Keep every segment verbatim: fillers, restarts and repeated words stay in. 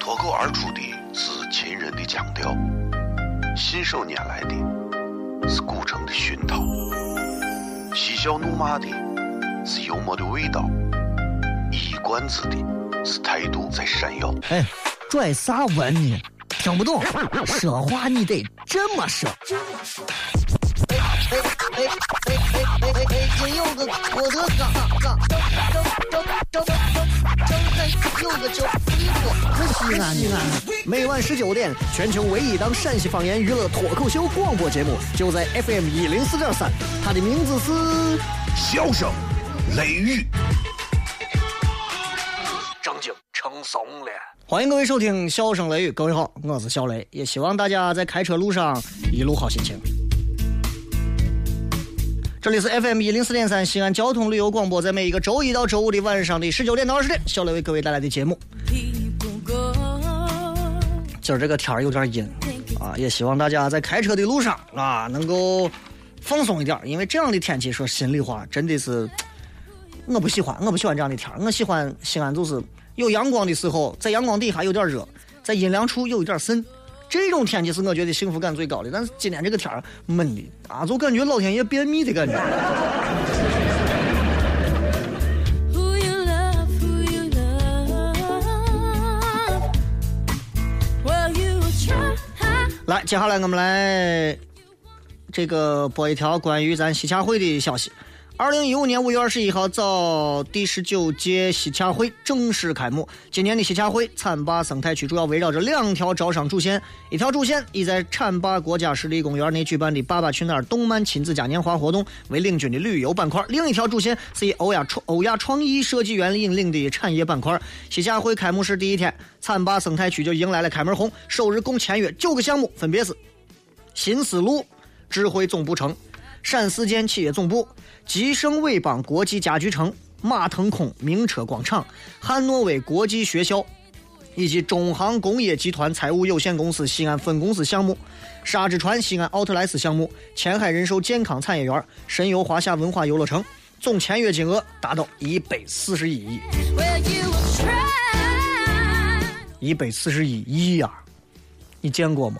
脱口而出的是秦人的腔调，信手拈来的是古城的熏陶，嬉笑怒骂的是幽默的味道，一冠子的是态度在闪耀。 哎，拽啥文呢？听不懂，说话你得这么说。哎哎哎哎哎哎哎！今有个我的嘎嘎，张张张张张张有个叫一个西安西安。每晚十九点，全球唯一档陕西方言娱乐脱口秀广播节目，就在 F M 一零四点三。它的名字是笑声雷雨。 正经成怂了。欢迎各位收听笑声雷雨，各位好，我是小雷，也希望大家在开车路上一路好心情。这里是 F M 一零四点三西安交通旅游广播，在每一个周一到周五的晚上的十九点到二十点，小雷为各位带来的节目。今儿这个天儿有点阴啊，也希望大家在开车的路上啊能够放松一点，因为这样的天气说心里话真的是我不喜欢，我不喜欢这样的天儿，我喜欢西安就是有阳光的时候，在阳光底下有点热，在阴凉处有一点深，这种天气是我觉得幸福感最高的。但是今天这个天儿闷的啊，就感觉老天爷便秘的感觉。来，接下来我们来这个播一条关于咱西洽会的消息。二零一五年五月二十一号早，第十九届西洽会正式开幕。今年的西洽会浐灞生态区主要围绕着两条招商主线，一条主线以在浐灞国家湿地公园内举办的爸爸去哪儿动漫亲子嘉年华活动为领军的旅游板块，另一条主线是以欧亚欧亚创意设计园引领的产业板块。西洽会开幕式第一天，浐灞生态区就迎来了开门红，首日共签约九个项目，分别是新丝路智慧总部城、陕四建企业总部、吉盛伟邦国际家居城、马腾空名车广场、汉诺威国际学校以及中航工业集团财务有限公司西安分公司项目、沙之川西安奥特莱斯项目、前海人寿健康产业园、神游华夏文化游乐城，总签约金额达到一百四十一亿。一百四十一亿呀，你见过吗？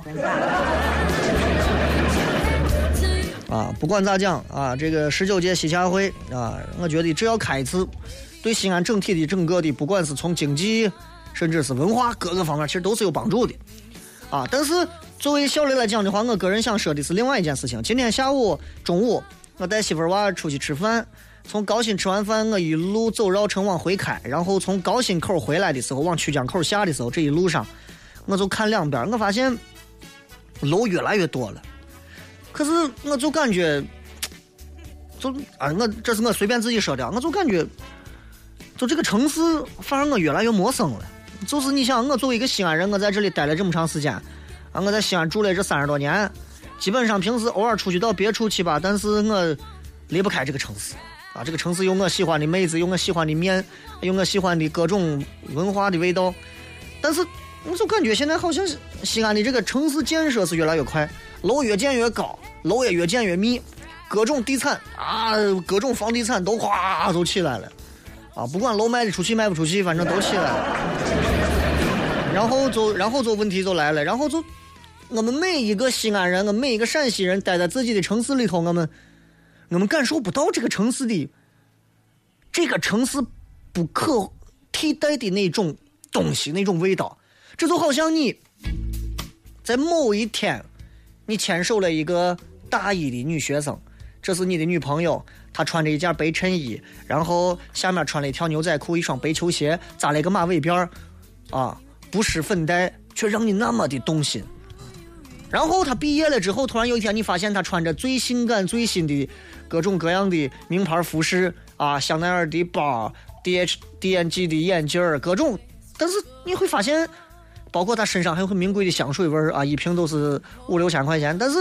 啊，不管咋讲啊，这个十九届西洽会啊，我觉得只要开一次，对西安整体的整个的，不管是从经济，甚至是文化各个方面，其实都是有帮助的。啊，但是作为小雷来讲的话，我个人想说的是另外一件事情。今天下午、中午，我带媳妇儿娃出去吃饭，从高新吃完饭，我一路走绕城往回开，然后从高新口回来的时候，往曲江口下的时候，这一路上，我就看两边，我发现楼越来越多了。可是我就感觉就啊我这是我随便自己说的，我就感觉就这个城市反而我越来越陌生了。就是你想，我作为一个西安人，我在这里待了这么长时间啊，我在西安住了这三十多年，基本上平时偶尔出去到别处去吧，但是我离不开这个城市啊。这个城市有我喜欢的妹子，有我喜欢的面，有我喜欢的各种文化的味道。但是我就感觉现在好像西安的这个城市建设是越来越快，楼越建越高，楼也越建越密，各种地产啊，各种房地产都哗都起来了啊！不管楼卖得出去卖不出去，反正都起来了。然后就然后就问题就来了，然后就我们每一个西安人，我们每一个陕西人待在自己的城市里头，我们我们感受不到这个城市的这个城市不可替代的那种东西，那种味道。这就好像你在某一天你牵手了一个大一的女学生，这是你的女朋友，她穿着一件白衬衣，然后下面穿了一条牛仔裤，一双白球鞋，扎了一个马尾辫啊，不施粉黛，却让你那么的动心。然后她毕业了之后，突然有一天你发现她穿着最性感最新的各种各样的名牌服饰啊，香奈儿的包， D H D N G 的眼镜，各种，但是你会发现包括他身上还有很名贵的香水味啊，一瓶都是五六千块钱，但是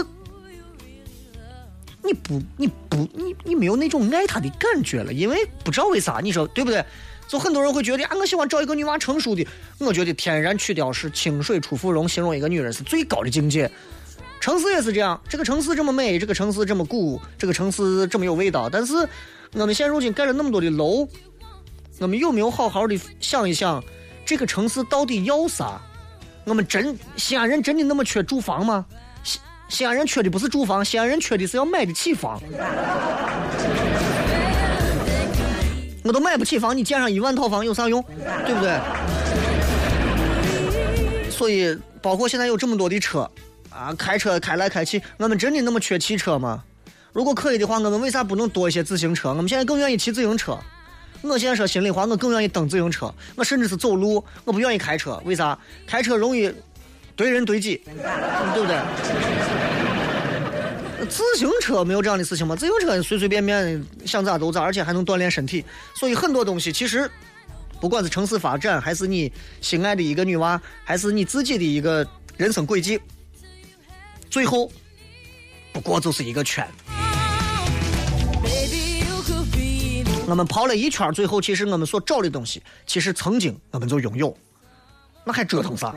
你不你不你你没有那种爱他的感觉了，因为不知道为啥，你说对不对？就很多人会觉得啊，我喜欢找一个女娃成熟的，我觉得天然去掉是清水出芙蓉，形容一个女人是最高的境界。城市也是这样，这个城市这么美，这个城市这么古，这个城市这么有味道，但是我们现如今盖了那么多的楼，我们有没有好好的想一想，这个城市到底要啥？ 我们真西安人真的那么缺住房吗？西西安人缺的不是住房，西安人缺的是要买得起房。我都买不起房，你建上一万套房有啥用？对不对？所以包括现在有这么多的车啊，开车开来开去，我们真的那么缺汽车吗？如果可以的话，我们为啥不能多一些自行车？我们现在更愿意骑自行车。我现在说心里话，我更愿意蹬自行车，我甚至是走路，我不愿意开车。为啥？开车容易怼人怼己，对不对？自行车没有这样的事情吗？自行车随随便便想咋都咋，而且还能锻炼身体。所以很多东西其实不管是城市发展，还是你心爱的一个女娃，还是你自己的一个人生轨迹，最后不过就是一个圈。我们跑了一圈，最后其实我们所找的东西，其实曾经我们就拥有，那还折腾啥？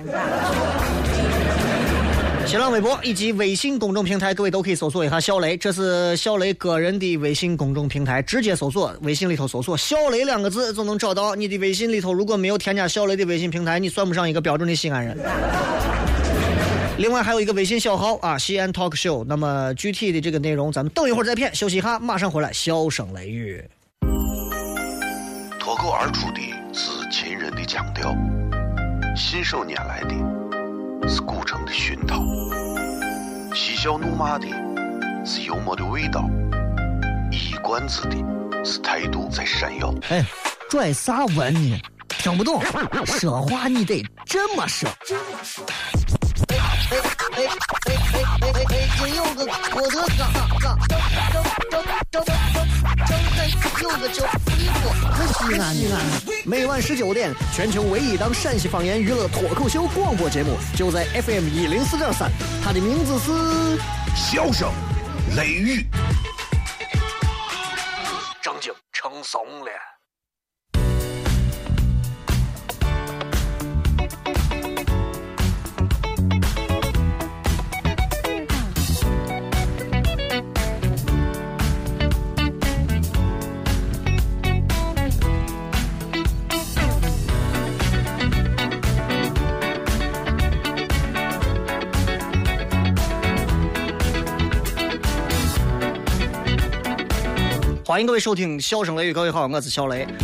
新浪微博以及微信公众平台，各位都可以搜索一下小雷，这是小雷个人的微信公众平台，直接搜索微信里头搜索小雷两个字就能找到。你的微信里头如果没有添加小雷的微信平台，你算不上一个标准的西安人。另外还有一个微信小号啊，西安 Talk Show。那么具体的这个内容咱们等一会儿再片，休息一下，马上回来，笑声雷雨。 脱口而出的是秦人的腔调，信手拈来的是古城的熏陶，嬉笑怒骂的是幽默的味道，一冠子的是态度在闪耀。 哎，拽啥文呢？听不懂，说话你得这么说。 哎哎哎哎哎哎哎！北京有个郭德纲，张张张张张张开有个叫李果，可西安西安。每晚十九点，全球唯一档陕西方言娱乐脱口秀广播节目，就在 F M 一零四点三。它的名字是笑声雷雨。 正经成怂了。欢迎各位收听笑声雷雨，各位好，我是小雷。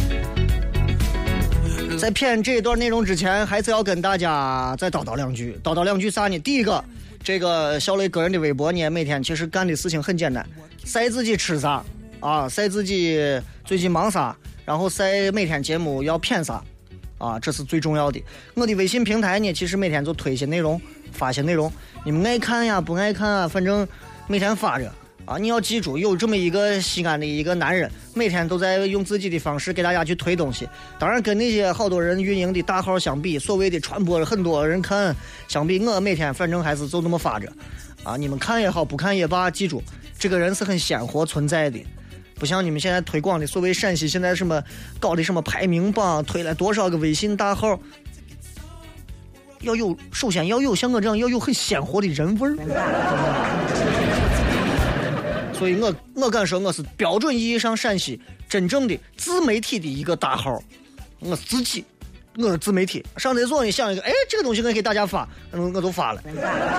在片这一段内容之前，还是要跟大家再叨叨两句。叨叨两句啥呢？第一个，这个小雷个人的微博呢，每天其实干的事情很简单，晒自己吃啥啊，晒自己最近忙啥，然后晒每天节目要片啥啊，这是最重要的。我的微信平台呢，其实每天就推一些内容，发一些内容，你们爱看呀不爱看啊，反正每天发着。啊，你要记住，有这么一个西安的一个男人，每天都在用自己的方式给大家去推东西。当然，跟那些好多人运营的大号相比，所谓的传播很多人看相比，我每天反正还是就那么发着。啊，你们看也好，不看也罢，记住，这个人是很鲜活存在的，不像你们现在推广的所谓陕西现在什么搞的什么排名榜，推了多少个微信大号，要有首先要有像我这样要有很鲜活的人味儿。所以我我敢说我是标准意义上陕西真正的自媒体的一个大号，我自己我是自媒体，上厕所你想一个，哎，这个东西我给大家发，我都发了。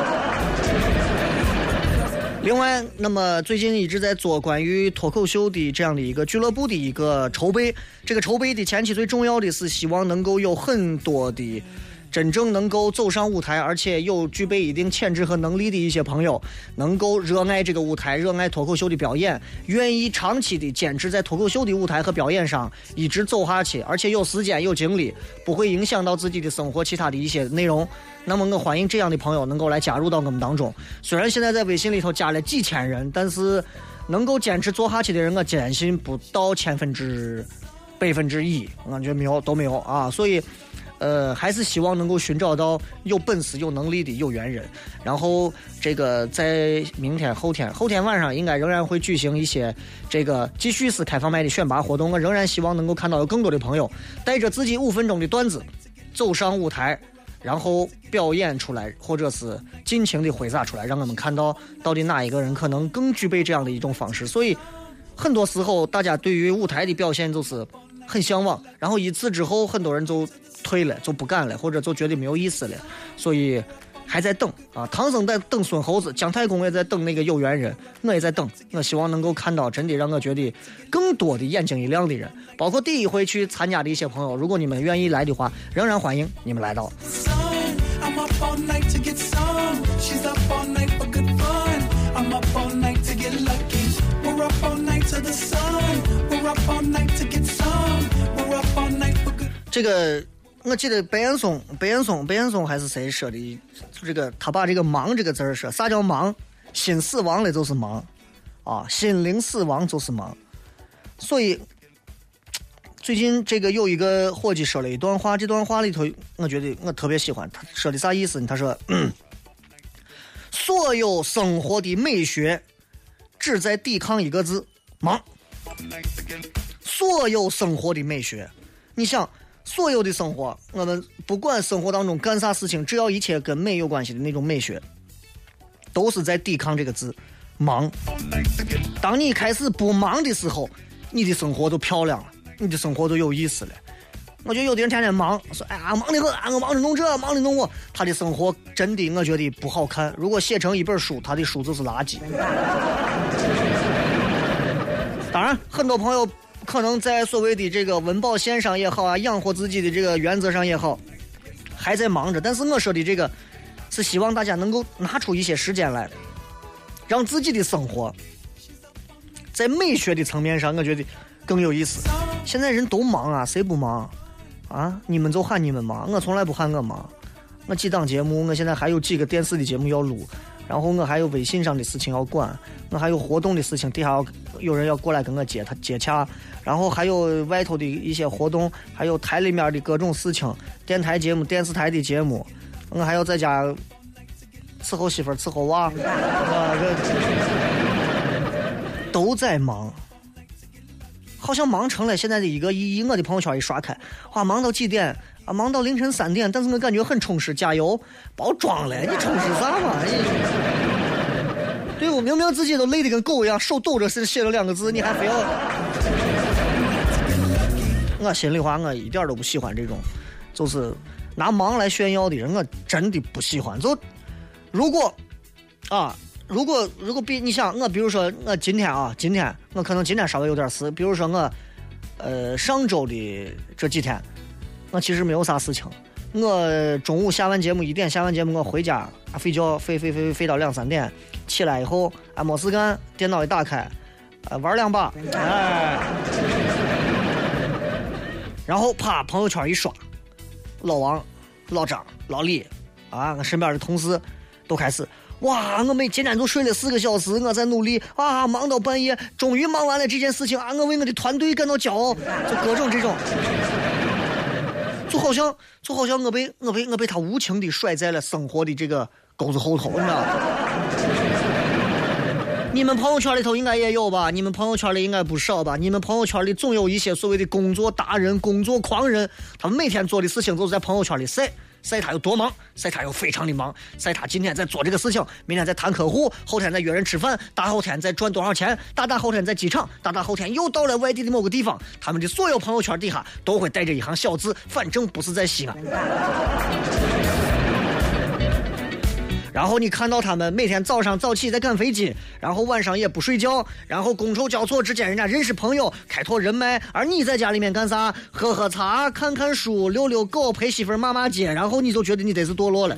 另外，那么最近一直在做关于脱口秀的这样的一个俱乐部的一个筹备，这个筹备的前期最重要的是希望能够有很多的真正能够走上舞台，而且有具备一定潜质和能力的一些朋友，能够热爱这个舞台，热爱脱口秀的表演，愿意长期的坚持在脱口秀的舞台和表演上一直走下去，而且有时间有精力，不会影响到自己的生活其他的一些内容。那么我欢迎这样的朋友能够来加入到我们当中。虽然现在在微信里头加了几千人，但是能够坚持做下去的人，我坚信不到千分之百分之一，我感觉没有都没有啊。所以呃，还是希望能够寻找到有本事、有能力的有缘人。然后，这个在明天、后天、后天晚上应该仍然会举行一些这个继续是开放麦的选拔活动。我仍然希望能够看到有更多的朋友带着自己五分钟的段子走上舞台，然后表演出来，或者是尽情的挥洒出来，让我们看到到底哪一个人可能更具备这样的一种方式。所以，很多时候大家对于舞台的表现就是很向往，然后一次之后很多人就退了，就不干了，或者就觉得没有意思了，所以还在等啊。唐僧在等孙猴子，姜太公也在等那个有缘人，我也在等。我希望能够看到真的让我觉得更多的眼睛一亮的人，包括第一回去参加的一些朋友，如果你们愿意来的话，仍然欢迎你们来到。这个我记得白岩松白岩松白岩松还是谁说的，这个他把这个忙这个字说，啥叫忙？心死亡了就是忙啊，心灵死亡就是忙。所以最近这个有一个伙计说了一段话，这段话里头我觉得我特别喜欢，他说的啥意思呢？他说所有生活的美学只在抵抗一个字，忙。所有生活的美学，你想所有的生活，我们不管生活当中干啥事情，只要一切跟美有关系的那种美学，都是在抵抗这个字，忙。当你开始不忙的时候，你的生活都漂亮了，你的生活都有意思了。我觉得有的人天天忙，说哎呀忙的很，我忙着弄这忙着弄我，他的生活真的我觉得不好看。如果写成一本书，他的书就是垃圾。当然很多朋友可能在所谓的这个温饱线上也好啊，养活自己的这个原则上也好，还在忙着。但是我说的这个是希望大家能够拿出一些时间来，让自己的生活在美学的层面上我觉得更有意思。现在人都忙啊，谁不忙啊？你们就喊你们忙，我从来不喊我忙。我几档节目，我现在还有几个电视的节目要录，然后我还有微信上的事情要管，我还有活动的事情，底下要有人要过来跟我接他接洽，然后还有外头的一些活动，还有台里面的各种事情，电台节目、电视台的节目，我还要在家伺候媳妇儿、伺候娃，我这都在忙。好像忙成了现在的一个意义。我的朋友圈一刷开，哇，忙到几点啊？忙到凌晨三点，但是我感觉很充实，加油，包装了，你充实啥嘛？对，我明明自己都累得跟狗一样，手抖着是写了两个字，你还非要……我心里话，我一点都不喜欢这种，就是拿忙来炫耀的人，我真的不喜欢。就如果啊。如果如果比你想我，比如说我今天啊，今天我可能今天稍微有点事，比如说我，呃，上周的这几天，我其实没有啥事情。我中午下完节目一点，下完节目我回家睡觉，飞飞飞飞到两三点，起来以后啊没事干，电脑一打开，啊玩两把，哎，然后啪朋友圈一刷，老王、老张、老李，啊，我身边的同事都开始。哇！我每今天都睡了四个小时，我在努力啊，忙到半夜，终于忙完了这件事情啊！我为我的团队感到骄傲，就各种这种，就好像就好像我被我被我被他无情地甩在了生活的这个钩子后头，你知道吗？你们朋友圈里头应该也有吧？你们朋友圈里应该不少吧？你们朋友圈里总有一些所谓的工作达人、工作狂人，他们每天做的事情都是在朋友圈里晒。晒他有多忙，晒他有非常的忙，晒他今天在做这个事情，明天在谈客户，后天在约人吃饭，大后天在赚多少钱，大大后天在机场，大大后天又到了外地的某个地方，他们的所有朋友圈底下都会带着一行小字，反正不是在西安。然后你看到他们每天早上早起在赶飞机，然后晚上也不睡觉，然后觥筹交错之间人家认识朋友，开拓人脉，而你在家里面干啥？喝喝茶，看看书，遛遛狗，陪媳妇骂骂街，然后你就觉得你得是堕落了。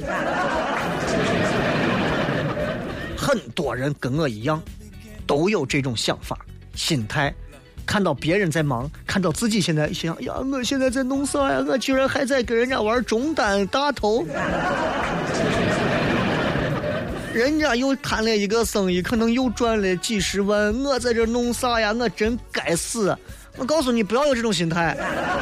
很多人跟我一样都有这种想法心态，看到别人在忙，看到自己现在想呀，我现在在弄啥呀？我居然还在跟人家玩中单大头。人家又谈了一个生意，可能又赚了几十万，我在这弄啥呀？我真该死！我告诉你，不要有这种心态。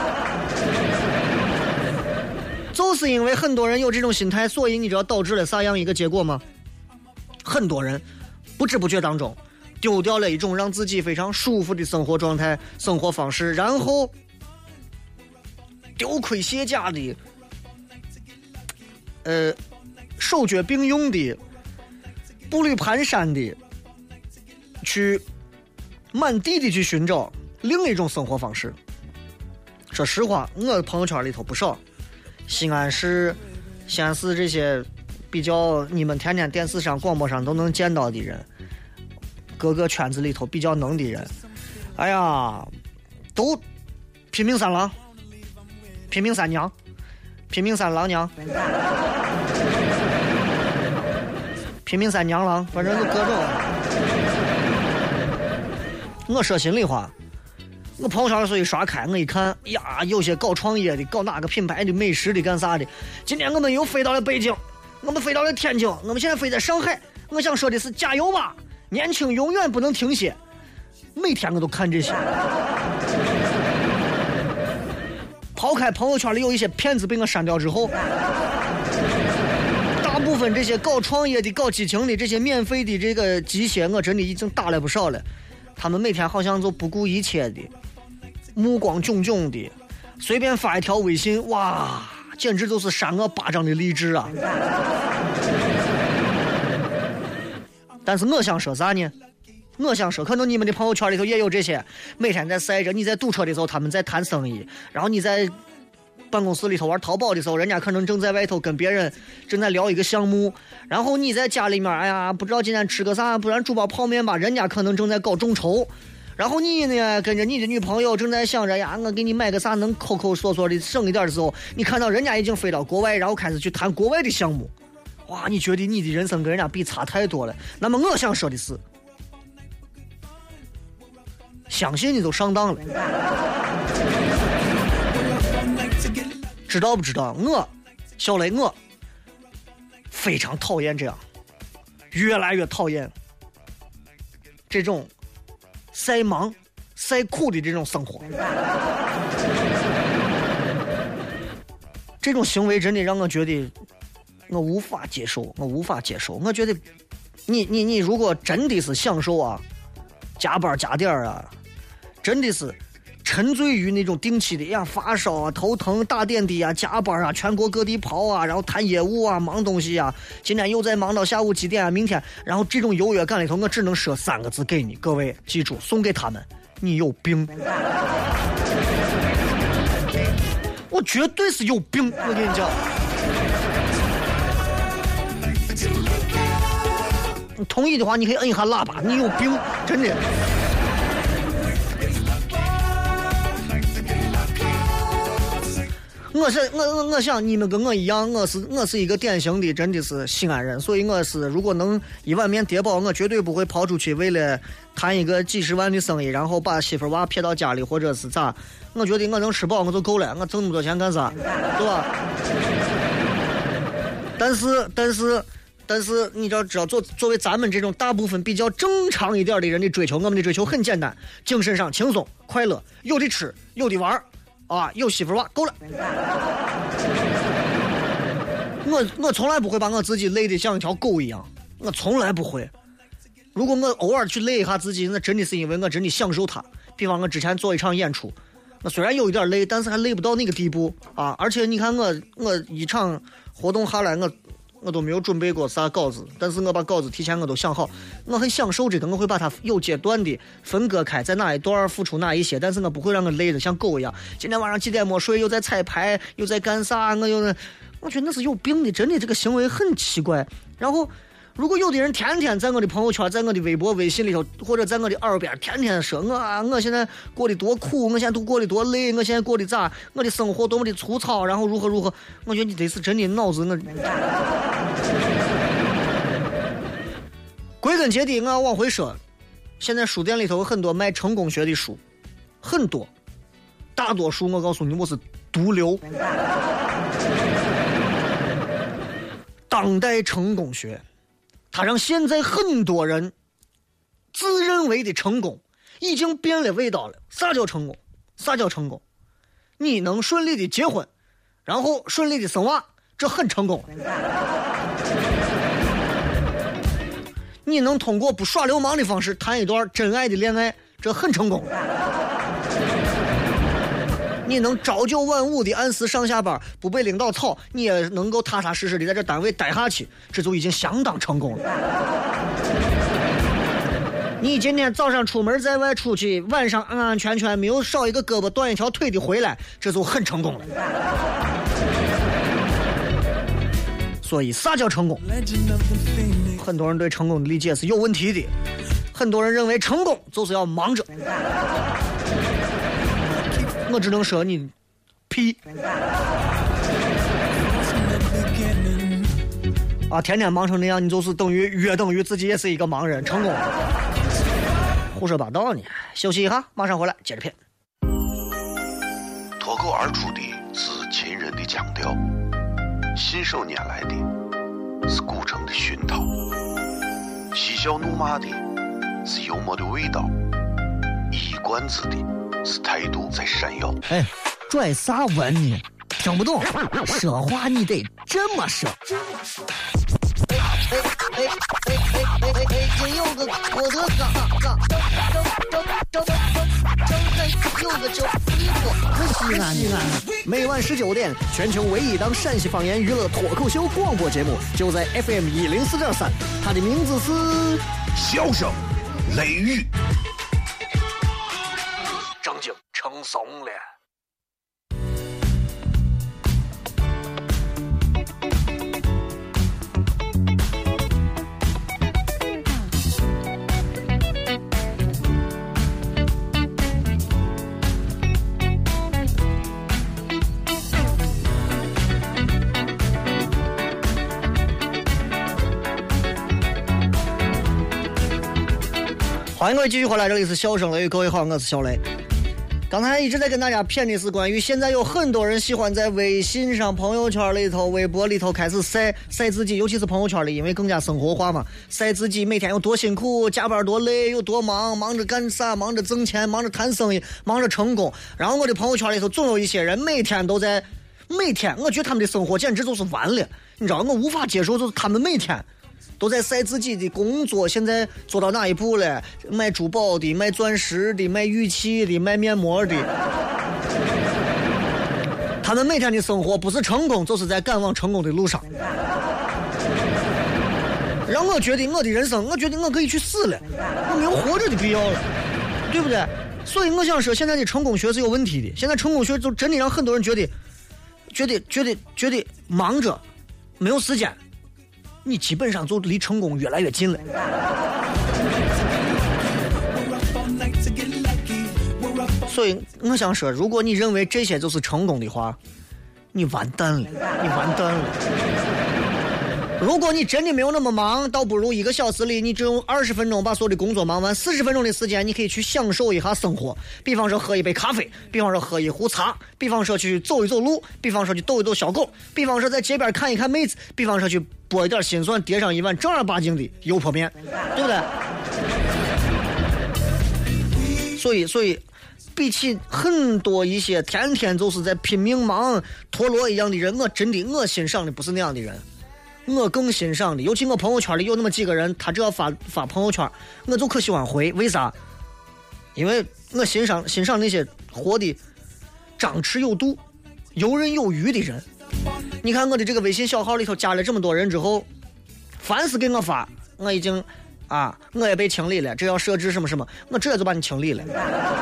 就是因为很多人有这种心态，所以你知道导致了啥样一个结果吗？很多人不知不觉当中丢掉了一种让自己非常舒服的生活状态、生活方式，然后丢盔卸甲的，呃，手脚并用的。步履蹒跚的去满地的去寻找另一种生活方式， 说实话，我朋友圈里头不少西安市、西安市这些比较你们天天电视上、广播上都能见到的人，各个圈子里头比较能的人，哎呀，都拼命三郎、拼命三娘、拼命三郎娘、拼命三娘郎，反正就各种。我说心里话，我朋友圈所以刷开，我一看呀，有些搞创业的，搞哪个品牌的、美食的，干啥的。今天我们又飞到了北京，我们飞到了天津，我们现在飞在上海。我想说的是，加油吧，年轻永远不能停歇。每天我都看这些。抛开朋友圈里有一些骗子被我删掉之后，大部分这些搞创业的、搞激情的、这些免费的这个鸡血，我真的已经打了不少了。他们每天好像就不顾一切的，目光炯炯的，随便发一条微信，哇，简直就是扇我巴掌的励志啊！但是我想说啥呢？我想说，可能你们的朋友圈里头也有这些，每天在晒着你在堵车的时候他们在谈生意，然后你在办公室里头玩淘宝的时候，人家可能正在外头跟别人正在聊一个项目，然后你在家里面，哎呀，不知道今天吃个啥，不然煮包泡面吧，人家可能正在搞众筹，然后你呢跟着你的女朋友正在想着呀，我给你买个啥能抠抠索索的省一点的时候，你看到人家已经飞到国外，然后开始去谈国外的项目，哇，你觉得你的人生跟人家比差太多了。那么我想说的是，相信你都上当了。知道不知道？我小雷，我非常讨厌这样，越来越讨厌这种晒忙晒苦的这种生活。这种行为真的让我觉得我无法接受，我无法接受。我觉得你你你如果真的是享受啊，加班加点啊，真的是沉醉于那种定期的呀，发烧啊、头疼、打点滴啊、加班啊、全国各地跑啊，然后谈业务啊、忙东西啊，今天又在忙到下午几点啊，明天，然后这种优越感里头，我只能说三个字给你，各位记住，送给他们：你有病！我绝对是有病，我跟你讲。你同意的话，你可以摁一下喇叭。你有病，真的。我是我我我想你们跟我一样，我是我是一个典型的真的是西安人，所以我是如果能一碗面叠饱，我绝对不会跑出去为了谈一个几十万的生意，然后把媳妇娃撇到家里或者是咋。我觉得我能吃饱我就够了，我挣那么多钱干啥，对吧？但是但是但是你知道知道作作为咱们这种大部分比较正常一点的人的追求，我们的追求很简单，精神上轻松快乐，有的吃有的玩啊，有媳妇娃够了。我我从来不会把我自己累得像一条狗一样，我从来不会。如果我偶尔去累一下自己，那真的是因为我真的享受它。比方我之前做一场演出，我虽然有一点累，但是还累不到那个地步啊！而且你看我我一场活动下来，我我都没有准备过啥稿子，但是我把稿子提前我都想好，我很享受这个，我会把它有阶段的分割开，在哪一段付出哪一些，但是我不会让我累得像狗一样。今天晚上几点没睡，又在彩排，又在干啥，我又我觉得那是有病的，真的这个行为很奇怪。然后如果有的人天天在我的朋友圈，在我的微博微信里头，或者在我的耳边天天说我啊，我现在过得多苦，我现在都过得多累，我现在过得咋，我的生活多么的粗糙，然后如何如何，我觉得你得是真的脑子我归根结底我要往回说，现在书店里头有很多卖成功学的书，很多，大多数我告诉你我是毒瘤。当代成功学它让现在很多人自认为的成功已经变了味道了。啥叫成功？啥叫成功？你能顺利的结婚，然后顺利的生娃，这很成功。你能通过不耍流氓的方式谈一段真爱的恋爱，这很成功。你能朝九晚五的按时上下班，不被领导操，你也能够踏踏实实的在这单位待下去，这就已经相当成功了。 你今天早上出门在外出去，晚上安安全全没有少一个胳膊断一条腿的回来，这就很成功了。所以啥叫成功？很多人对成功的理解是有问题的，很多人认为成功就是要忙着，我只能说你屁啊！天天忙成那样，你就是等于约等于自己也是一个盲人，成功胡说八道呢！休息一下，马上回来接着片。 脱口而出的是秦人的腔调，信手拈来的是古城的熏陶，嬉笑怒骂的是幽默的味道，一冠子的是态度在闪耀。 哎，拽啥文呢？听不懂，说话你得这么说。 哎哎哎哎哎哎哎！今有个我的嘎嘎，张张张张有个叫你我西安西安。每晚十九点，全球唯一档陕西方言娱乐脱口秀广播节目，就在 F M 一零四点三，它的名字是笑声雷雨， 正经成怂了。欢迎各位继续回来，这里是笑声雷雨，各位好，我是小雷。刚才一直在跟大家谝的是关于现在有很多人喜欢在微信上、朋友圈里头、微博里头开始晒晒自己，尤其是朋友圈里，因为更加生活化嘛，晒自己每天有多辛苦，加班多累，有多忙，忙着干啥，忙着挣钱，忙着谈生意，忙着成功。然后我的朋友圈里头总有一些人每天都在，每天我觉得他们的生活简直就是完了，你知道我无法接受，就是他们每天都在晒自己的工作，现在做到哪一步了？卖珠宝的，卖钻石的，卖玉器的，卖面膜的。他们每天的生活不是成功，就是在赶往成功的路上。让我觉得我的人生，我觉得我可以去死了，我没有活着的必要了，对不对？所以我想说，现在的成功学是有问题的。现在成功学就真的让很多人觉得，觉得，觉得，觉得忙着，没有时间。你基本上就离成功越来越近了。所以我想说，如果你认为这些就是成功的话，你完蛋了，你完蛋了。如果你真的没有那么忙，倒不如一个小时里你只用二十分钟把所有的工作忙完，四十分钟的时间你可以去享受一下生活，比方说喝一杯咖啡，比方说喝一壶茶，比方说去走一走路，比方说去逗一逗小狗，比方说在街边看一看妹子，比方说去拨一点心酸，叠上一碗正儿八经的油泼面，对不对？所以所以比起很多一些天天就是在拼命忙陀螺一样的人，我真的我欣赏的不是那样的人，我更欣赏的，尤其我朋友圈里有那么几个人，他只要发发朋友圈，我就可喜欢回。为啥？因为我欣赏欣赏那些活的张弛有度、游刃有余的人。你看我的这个微信小号里头加了这么多人之后，凡是给我发，我已经啊，我也被清理了，只要设置什么什么，我直接就把你清理了。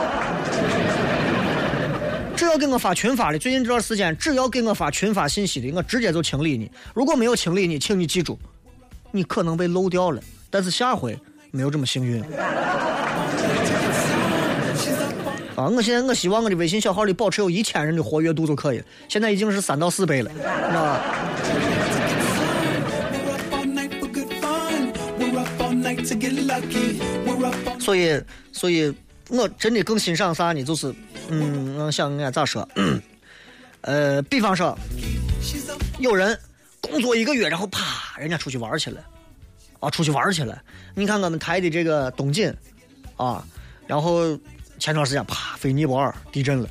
只要给我发群发的，最近这段时间只要给我发群发信息的，我直接就清理你。如果没有清理你，请你记住，你可能被漏掉了，但是下回没有这么幸运。啊，我现在我希望我的微信小号里保持有一千人的活跃度就可以了，现在已经是三到四倍了，你知道吧？所以，所以我真的更欣赏啥呢？就是。嗯，我想俺咋说？呃，比方说，有人工作一个月，然后啪，人家出去玩去了，啊，出去玩去了。你看我们台的这个东锦，啊，然后前段时间啪，飞尼泊尔地震了，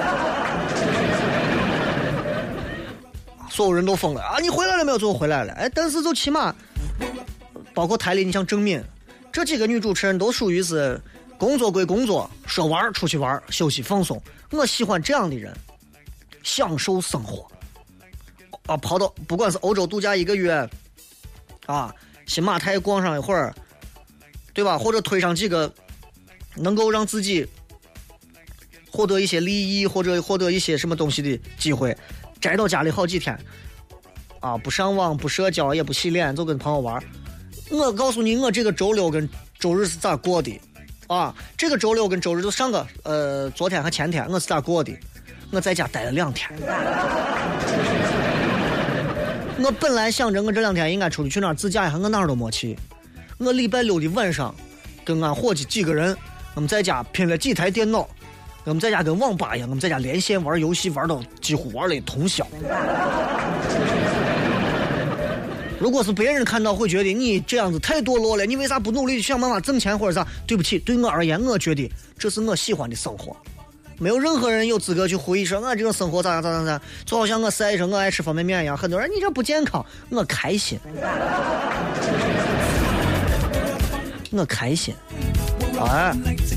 所有人都疯了啊！你回来了没有？最后回来了，哎，但是就起码，包括台里，你像郑敏这几个女主持人都属于是。工作归工作，说玩出去玩，休息放松。我喜欢这样的人，享受生活。啊，跑到不管是欧洲度假一个月，啊，新马泰逛上一会儿， 对吧？或者推上几个能够让自己获得一些利益或者获得一些什么东西的机会，宅到家里好几天啊，不上网不社交也不洗脸，就跟朋友玩。我告诉你，我这个周六跟周日是咋过的啊？这个周六跟周日就上个呃昨天和前天我是咋过的？我在家待了两天。我本来想着我这两天应该出去去哪儿自驾一下，我哪儿都没去。我礼拜六的晚上跟俺伙计几个人，我们在家拼了几台电脑，我们在家跟网吧一样，我们在家连线玩游戏，玩到几乎玩了通宵。如果是别人看到会觉得你这样子太堕落了，你为啥不努力想办法挣钱或者啥？对不起，对我而言，我觉得这是我喜欢的生活。没有任何人有资格去回忆说我这种生活咋样咋样咋样，就好像我晒成我爱吃方便面一样，很多人你这不健康，我开心，我开心，哎。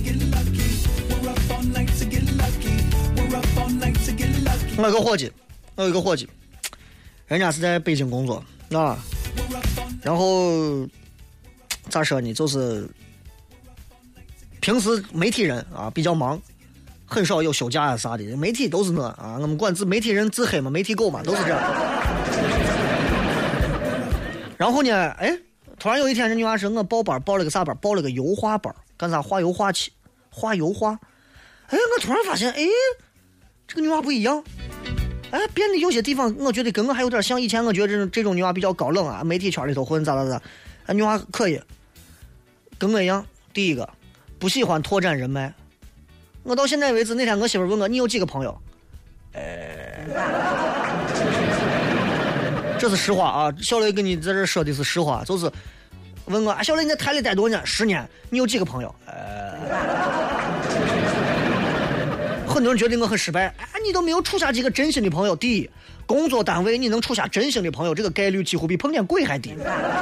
我有个伙计，我有一个伙计，人家是在北京工作啊，然后咋说呢，就是平时媒体人啊比较忙。很少有休假啊啥的，媒体都是那啊，我们管自媒体人自黑嘛，媒体狗嘛，都是这样。然后呢，哎，突然有一天，这女娃说我报班，报了个啥班？报了个油画班，干啥？画油画去，画油画。哎，我突然发现，哎，这个女娃不一样，哎，变得有些地方，我觉得跟我还有点像。以前我觉得这种这种女娃比较高冷啊，媒体圈里头混咋咋咋，啊，女娃可以，跟我一样。第一个，不喜欢拓展人脉。我到现在为止，那天我媳妇问我你有几个朋友，呃，这是实话啊。小雷跟你在这说的是实话，就是问我啊，小雷你在台里待多少年？十年，你有几个朋友？呃，很多人觉得我很失败啊，你都没有处下几个真心的朋友。第一，工作单位你能处下真心的朋友，这个概率几乎比碰见鬼还低。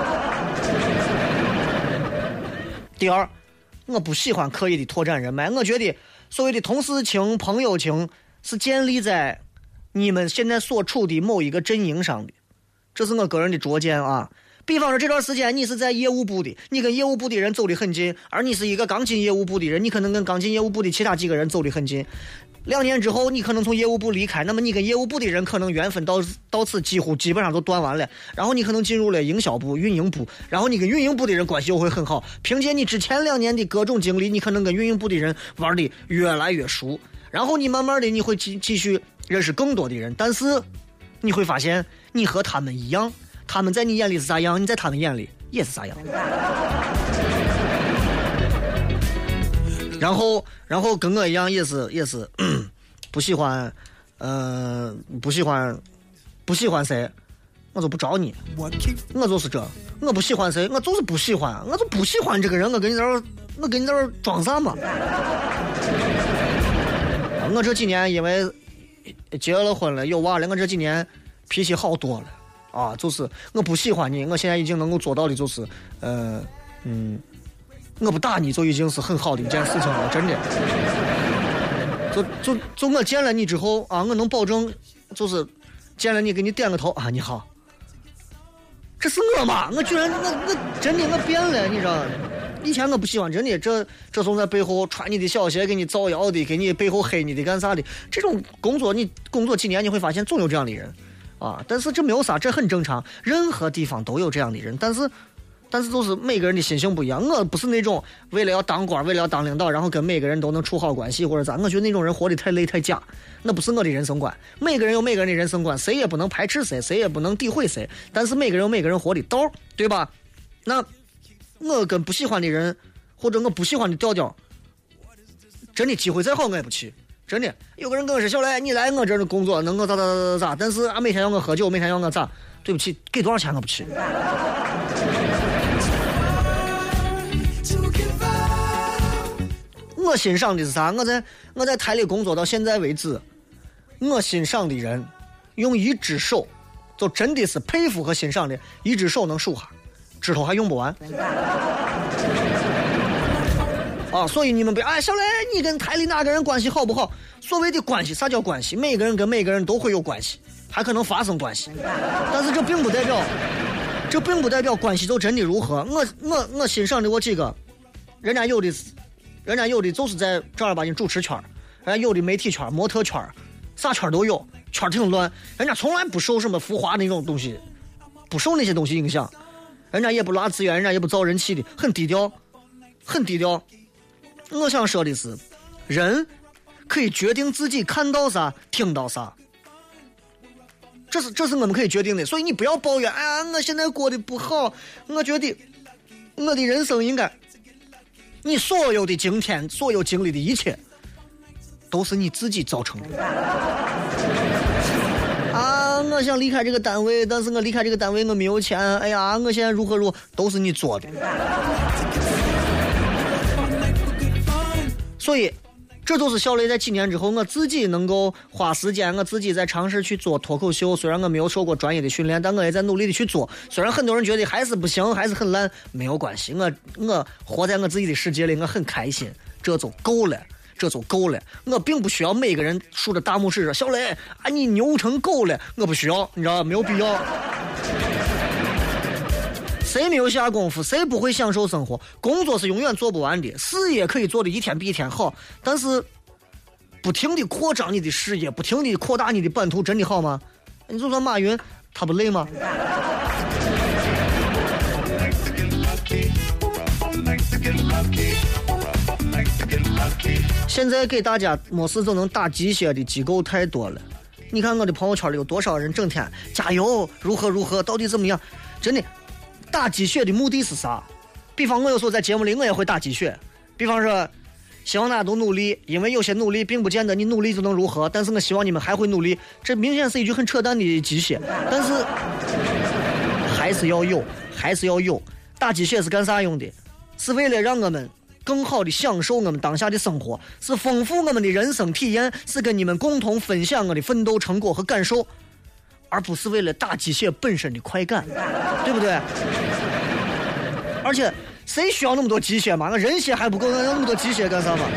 第二，我不喜欢刻意的拓展人脉，我觉得。所谓的同事情、朋友情是建立在你们现在所处的某一个阵营上的，这是我个人的拙见啊。比方说这段时间你是在业务部的，你跟业务部的人走得很近，而你是一个刚进业务部的人，你可能跟刚进业务部的其他几个人走得很近。两年之后你可能从业务部离开，那么你跟业务部的人可能缘分到到此几乎基本上都断完了，然后你可能进入了营销部、运营部，然后你跟运营部的人关系又会很好，凭借你之前两年的各种经历，你可能跟运营部的人玩的越来越熟，然后你慢慢的你会继继续认识更多的人，但是你会发现你和他们一样，他们在你眼里是啥样，你在他们眼里也是啥样。然后，然后跟我一样也是也是不喜欢，呃，不喜欢，不喜欢谁，我就不找你。我就是这，我不喜欢谁，我就是不喜欢，我就不喜欢这个人。我跟你在这，我跟你在这装啥嘛？我这几年因为结了婚了，有娃了，我这几年脾气好多了啊，就是我不喜欢你，我现在已经能够做到的就是，呃，嗯。我不打你就已经是很好的一件事情了，真的。就就就我见了你之后啊，我能保证，就是见了你给你点个头啊，你好。这是我嘛？我居然我我真的我变了，你知道？以前我不喜欢，真的这这种在背后穿你的小鞋给你造谣的，给你背后黑你的干啥的，这种工作你工作几年你会发现总有这样的人啊。但是这没有啥，这很正常，任何地方都有这样的人，但是。但是就是每个人的心性不一样，我不是那种为了要当官为了要当领导然后跟每个人都能处好关系或者咋，我觉得那种人活得太累太假，那不是我的人生观。每个人有每个人的人生观，谁也不能排斥谁，谁也不能诋毁谁，但是每个人有每个人活的道，对吧？那我跟不喜欢的人或者我不喜欢的调调，真的机会再好我也不去，真的。有个人跟我说小来你来我这儿的工作能够咋咋咋咋咋，但是啊每天要我喝酒，每天要我咋，对不起，给多少钱我不去。我欣赏的是啥？我在我在台里工作到现在为止，我欣赏的人用一只手，就真的是佩服和欣赏的，一只手能数下，指头还用不完。啊，所以你们别哎，小雷，你跟台里哪个人关系好不好？所谓的关系，啥叫关系？每个人跟每个人都会有关系，还可能发生关系，但是这并不代表，这并不代表关系就真的如何。我我我欣赏的我几个人家有的人家有的就是在正儿八经主持圈，人家有的媒体圈、模特圈，啥圈都有，圈挺乱。人家从来不受什么浮华那种东西，不受那些东西影响，人家也不拉资源，人家也不造人气的，很低调，很低调。我想说的是，人可以决定自己看到啥、听到啥。这是这是我们可以决定的，所以你不要抱怨，哎呀，我现在过得不好，我觉得我的人生应该，你所有的今天所有经历的一切都是你自己造成的。啊，我想离开这个单位，但是我离开这个单位我没有钱，哎呀，我现在如何如何，都是你做的。所以这就是小雷在几年之后，我自己能够花时间，我自己在尝试去做脱口秀。虽然我没有受过专业的训练，但我也在努力的去做。虽然很多人觉得还是不行，还是很烂，没有关系，我我活在我自己的世界里，我很开心，这就够了，这就够了。我并不需要每个人竖着大拇指说小雷啊，你牛成狗了，我不需要，你知道没有必要。谁没有下功夫，谁不会享受生活。工作是永远做不完的，事业可以做的一天比一天好，但是不停地扩张你的事业，不停地扩大你的版图，真的好吗？你就说马云，他不累吗？现在给大家没事就能打鸡血的机构太多了。你看我的朋友圈里有多少人整天加油，如何如何，到底怎么样？真的。打鸡血的目的是啥？比方我有时候在节目里我也会打鸡血，比方说希望大家都努力，因为有些努力并不见得你努力就能如何，但是我希望你们还会努力。这明显是一句很扯淡的鸡血，但是还是要有，还是要有。打鸡血是干啥用的？是为了让我们更好的享受我们当下的生活，是丰富我们的人生体验，是跟你们共同分享我的奋斗成果和感受，而不是为了打鸡血本身的快感，对不对？而且谁需要那么多鸡血嘛？我人血还不够，要那么多鸡血干啥嘛？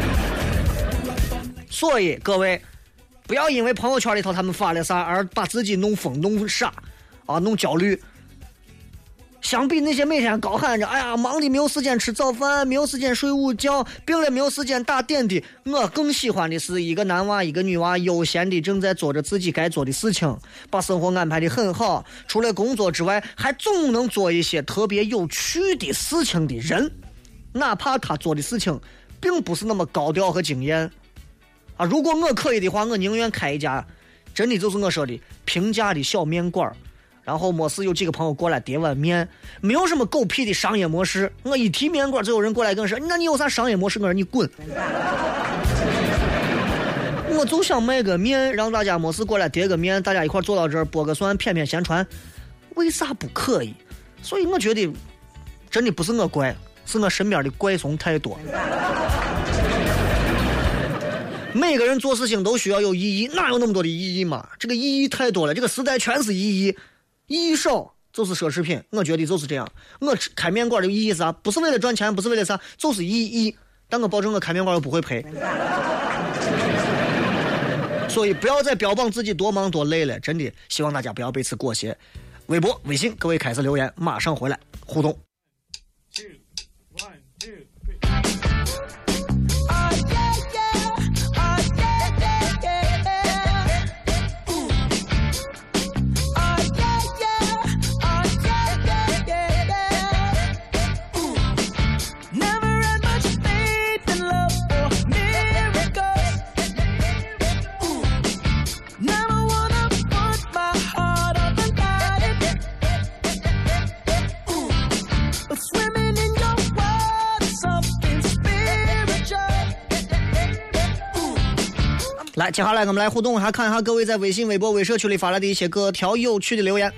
所以各位，不要因为朋友圈里头他们发了啥而把自己弄疯、弄傻啊，弄焦虑。相比那些每天高喊着哎呀忙的没有时间吃早饭，没有时间睡午觉，病了没有时间打点滴，我更喜欢的是一个男娃一个女娃悠闲的正在做着自己该做的事情，把生活安排的很好，除了工作之外还总能做一些特别有趣的事情的人，哪怕他做的事情并不是那么高调和惊艳啊。如果我可以的话，我宁愿开一家真的就是我说的平价的小面馆，然后没事有几个朋友过来叠碗面，没有什么狗屁的商业模式。我一提面馆就有人过来跟我说，那你有啥商业模式？我说你滚。我就想卖个面，让大家没事过来叠个面，大家一块坐到这儿剥个蒜骗骗闲传，为啥不可以？所以我觉得真的不是我怪，是我身边的怪怂太多。每个人做事情都需要有意义，哪有那么多的意义嘛？这个意义太多了，这个时代全是意义，意义少就是奢侈品，我觉得就是这样。我开面馆的意义是啥？不是为了赚钱，不是为了啥，就是意义。但我保证我开面馆我不会赔。所以不要再标榜自己多忙多累了，真的希望大家不要被此裹挟。微博、微信，各位开始留言，马上回来互动。来，接下来我们来互动一下，看一下各位在微信、微博、微社区里发来的一些各条有趣的留言。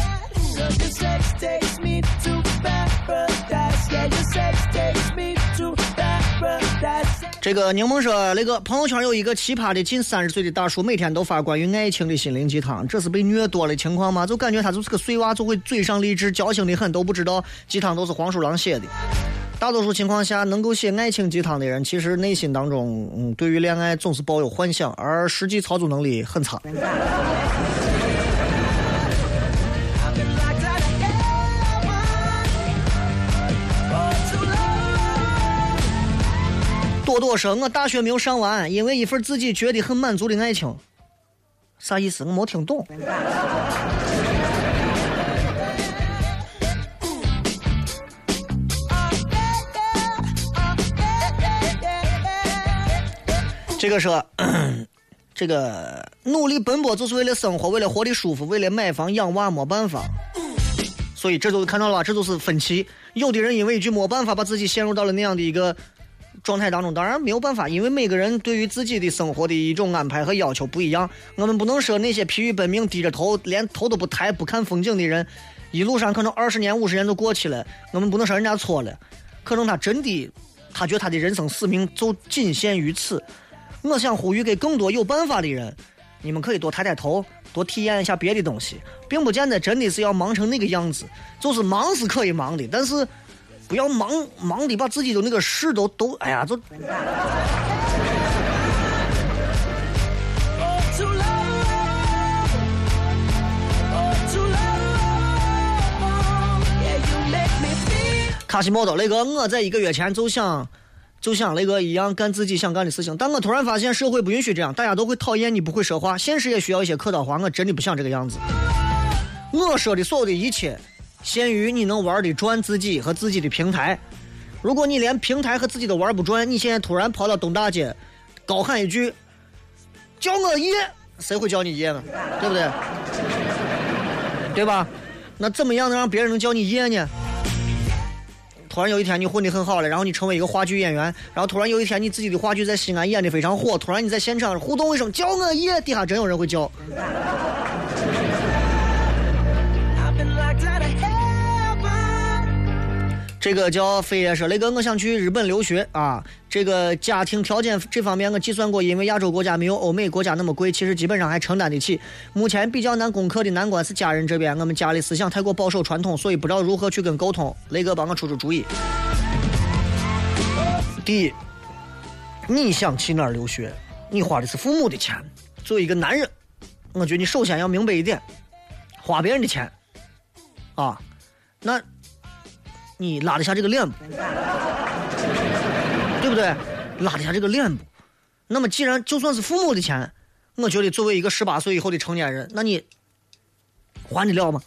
这个柠檬说，那个朋友圈有一个奇葩的近三十岁的大叔，每天都发关于爱情的心灵鸡汤，这是被虐多了情况吗？就感觉他就是个碎娃，就会嘴上励志，矫情的很，都不知道鸡汤都是黄鼠狼写的。大多数情况下，能够写爱情鸡汤的人，其实内心当中，嗯，对于恋爱总是抱有幻想，而实际操作能力很差。 多多说我大学没有上完，因为一份自己觉得很满足的爱情。啥意思？我没听懂。这个说这个努力奔波就是为了生活，为了活得舒服，为了买房养娃，没办法。所以这就看到了吧，这就是分歧。有的人因为一句没办法把自己陷入到了那样的一个状态当中，当然没有办法，因为每个人对于自己的生活的一种安排和要求不一样。我们不能说那些疲于奔命低着头连头都不抬不看风景的人，一路上可能二十年五十年都过去了，我们不能说人家错了，可能他真的他觉得他的人生使命就仅限于此。我想呼吁给更多有办法的人，你们可以多抬抬头，多体验一下别的东西，并不见得真的是要忙成那个样子。就是忙是可以忙的，但是不要忙忙的把自己的那个事都都哎呀都。卡西莫多那个，我在一个月前就想。就像那个一样干自己想干的事情，但我突然发现社会不允许这样，大家都会讨厌你不会说话，现实也需要一些客套话，我真的不想这个样子。我说的所有的一切限于你能玩的转自己和自己的平台，如果你连平台和自己都玩不转，你现在突然跑到东大街高喊一句叫我爷，谁会叫你爷呢？对不对？对吧？那怎么样能让别人能叫你爷呢？突然有一天你混得很好了，然后你成为一个话剧演员，然后突然有一天你自己的话剧在西安演得非常火，突然你在现场互动一声叫我爷，底下真有人会叫。这个叫飞爷说雷哥，我想去日本留学啊，这个家庭条件这方面我计算过，因为亚洲国家没有欧美国家那么贵，其实基本上还承担得起。目前比较难攻克的难关是家人这边，我们家里思想太过保守传统，所以不知道如何去跟沟通。雷哥帮我出出主意。第一，你想去哪儿留学，你花的是父母的钱。作为一个男人，我觉得你首先要明白一点，花别人的钱啊，那你拉得下这个脸不？对不对？拉得下这个脸不？那么既然就算是父母的钱，我觉得作为一个十八岁以后的成年人，那你还得了吗？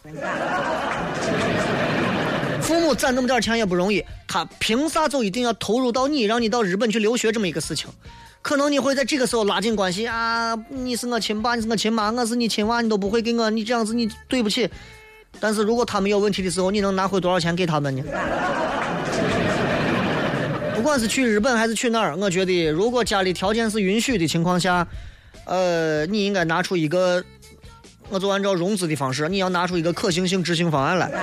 父母攒那么点钱也不容易，他凭啥就一定要投入到你，让你到日本去留学这么一个事情？可能你会在这个时候拉近关系啊，你是我亲爸，你是我亲妈，我是你亲娃，你都不会给我，你这样子你对不起。但是如果他们有问题的时候，你能拿回多少钱给他们呢？不管是去日本还是去哪儿，我觉得如果家里条件是允许的情况下，呃，你应该拿出一个，我就按照融资的方式，你要拿出一个可行性执行方案来，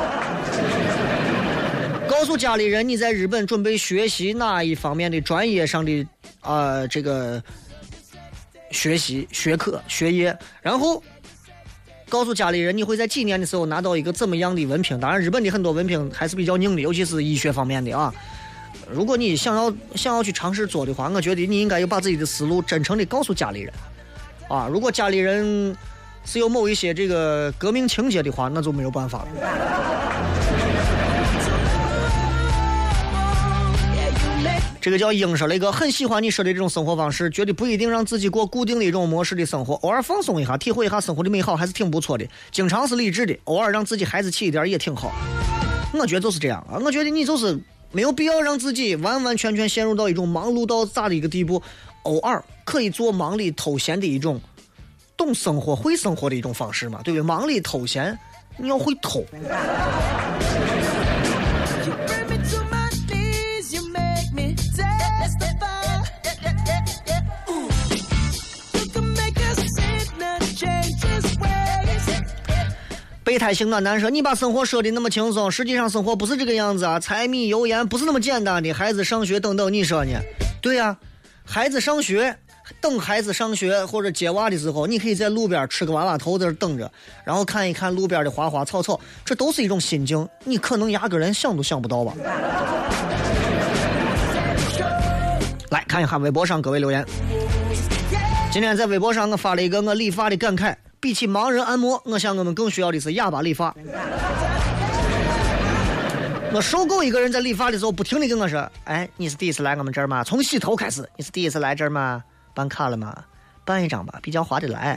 告诉家里人你在日本准备学习哪一方面的专业上的呃这个学习学科学业，然后告诉家里人你会在几年的时候拿到一个怎么样的文凭。当然日本的很多文凭还是比较硬的，尤其是医学方面的啊。如果你想要想要去尝试做的话，我觉得你应该要把自己的思路真诚地告诉家里人啊。如果家里人是有某一些这个革命情节的话，那就没有办法了。这个叫英说了一个很喜欢你说的这种生活方式，觉得不一定让自己过固定的一种模式的生活，偶尔放松一下，体会一下生活的美好还是挺不错的。经常是理智的，偶尔让自己孩子气一点也挺好。我觉得就是这样啊，我觉得你就是没有必要让自己完完全全陷入到一种忙碌到咋的一个地步，偶尔可以做忙里偷闲的一种懂生活会生活的一种方式嘛，对不对？忙里偷闲你要会偷。备胎型暖男说，你把生活说的那么轻松，实际上生活不是这个样子啊，柴米油盐不是那么简单的，孩子上学等等，你说呢？对呀、啊，孩子上学，等孩子上学或者接娃的时候，你可以在路边吃个娃娃头在这等着，然后看一看路边的花花草草，这都是一种心境，你可能压根人想都想不到吧。来看一下微博上各位留言。今天在微博上我发了一个我理发的感慨，比起盲人按摩，我想我们更需要的是哑巴理发。 我受够一个人在理发的时候不停地跟我说：“哎，你是第一次来我们这儿吗？从洗头开始，你是第一次来这儿吗？办卡了吗？办一张吧，比较划得来。”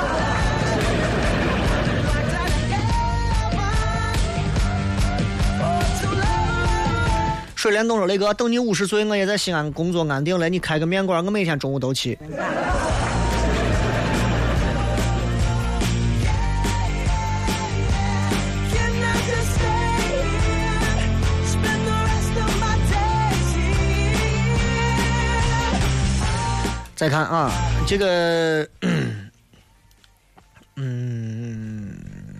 水帘洞说：“雷哥，等你五十岁，我也在西安工作安定了，你开个面馆，我每天中午都去。”再看啊，这个，嗯，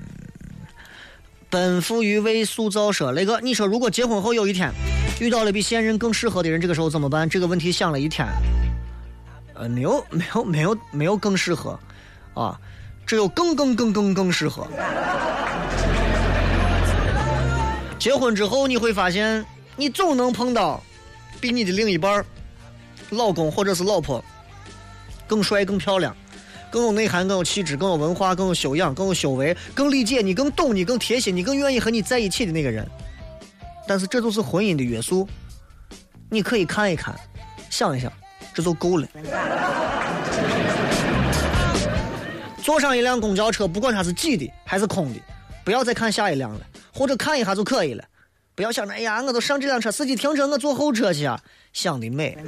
奔赴于为塑造说，雷哥，你说如果结婚后有一天遇到了比现任更适合的人，这个时候怎么办？这个问题想了一天，呃，没有，没有，没有，没有更适合，啊，只有更更更更更适合。结婚之后你会发现，你总能碰到比你的另一半、老公或者是老婆更帅、更漂亮、更有内涵、更有气质、更有文化、更有修养、更有修为、更理解你、更懂你、更贴心你、更愿意和你在一起的那个人。但是这就是婚姻的约束，你可以看一看，想一想，这就够了。坐上一辆公交车，不管它是挤的还是空的，不要再看下一辆了，或者看一下就可以了。不要想着，哎呀，我都上这辆车，司机停车，我坐后车去啊，想的美。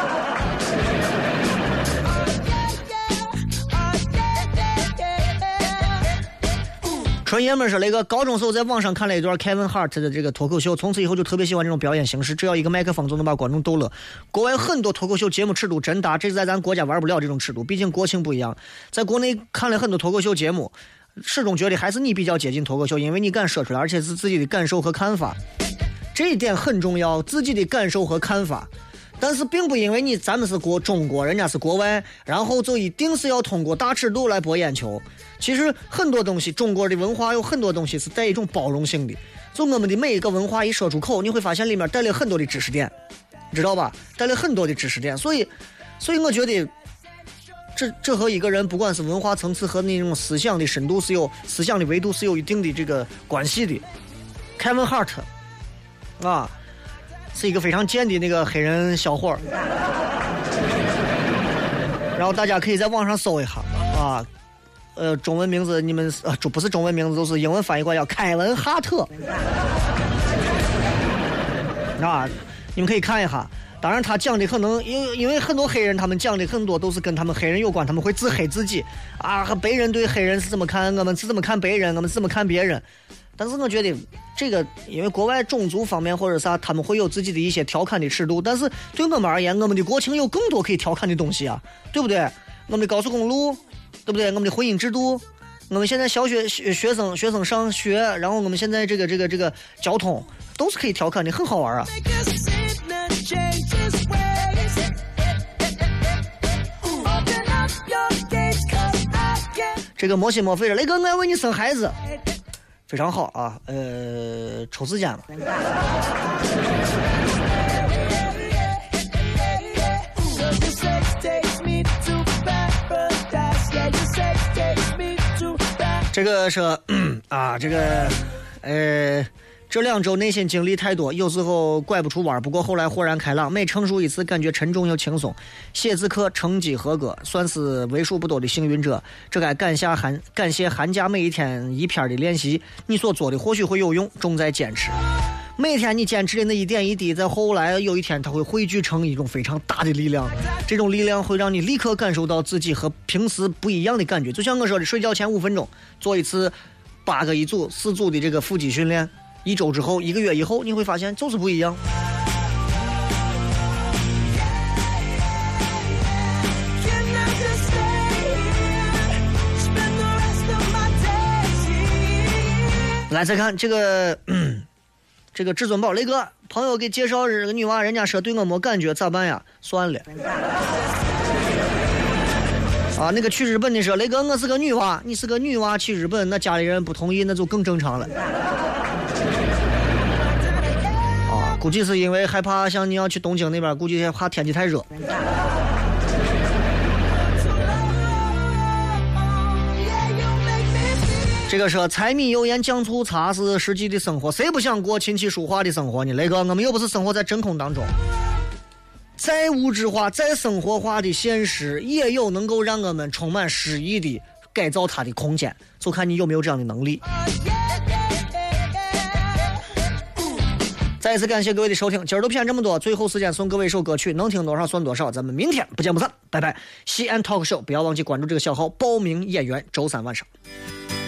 纯爷们说了一个高中时候在网上看了一段 Kevin Hart 的这个脱口秀，从此以后就特别喜欢这种表演形式，只要一个麦克风就能把观众逗乐。国外很多脱口秀节目尺度真大，这是在咱国家玩不了这种尺度，毕竟国情不一样。在国内看了很多脱口秀节目，始终觉得还是你比较接近脱口秀，因为你敢说出来，而且是自己的感受和看法，这一点很重要，自己的感受和看法。但是并不因为你咱们是国中国，人家是国外，然后就一定是要通过大尺度来博眼球。其实很多东西，中国的文化有很多东西是带一种包容性的，就我们的每一个文化一说出口，你会发现里面带了很多的知识点，知道吧？带了很多的知识点，所以所以我觉得这这和一个人不管是文化层次和那种思想的深度是有思想的维度是有一定的这个关系的。Kevin Hart 啊，是一个非常贱的那个黑人小伙儿，然后大家可以在网上搜一下啊，呃，中文名字你们呃不是中文名字，都是英文翻译过来叫凯文哈特啊，你们可以看一下。当然他讲的可能因为因为很多黑人他们讲的很多都是跟他们黑人有关，他们会自黑自己啊，和白人对黑人是怎么看，我们是怎么看白人，我们是怎么看别人。但是我觉得这个因为国外种族方面或者啥他们会有自己的一些调侃的尺度，但是对我们而言，我们的国情有更多可以调侃的东西啊，对不对？我们的高速公路，对不对？我们的婚姻制度，我们现在小学学生学生上学，然后我们现在这个这个这个交通都是可以调侃的，很好玩啊。这个莫西莫非的雷哥，我要为你生孩子，非常好啊。呃，抽时间吧。这个是啊，这个呃。这两周内心经历太多，有时候拐不出弯，不过后来豁然开朗，每成熟一次感觉沉重又轻松。写字课成绩合格，算是为数不多的幸运者。这该感谢寒感谢寒假每一天一篇的练习，你所做的或许会有用，重在坚持。每天你坚持的那一点一滴，在后来有一天它会汇聚成一种非常大的力量，这种力量会让你立刻感受到自己和平时不一样的感觉。就像我说的，睡觉前五分钟做一次八个一组四组的这个腹肌训练，一周之后一个月以后你会发现就是不一样。来再看这个这个至尊宝雷哥朋友给介绍这个女娃，人家说对我没感觉咋办呀？算了啊，那个去日本的说雷哥我是个女娃，你是个女娃去日本，那家里人不同意那就更正常了啊，估计是因为害怕像你要去东京那边，估计怕天气太热。 这个说柴米油盐酱醋茶是实际的生活，谁不想过琴棋书画的生活呢？雷哥，我们又不是生活在真空当中。再物质化、再生活化的现实，也有能够让我们充满诗意的改造它的空间，就看你有没有这样的能力。再一次感谢各位的收听，今儿都骗这么多，最后时间送各位一首歌曲，能听多少算多少，咱们明天不见不散，拜拜。西安 Talk Show 不要忘记关注这个小号，报名演员周三晚上。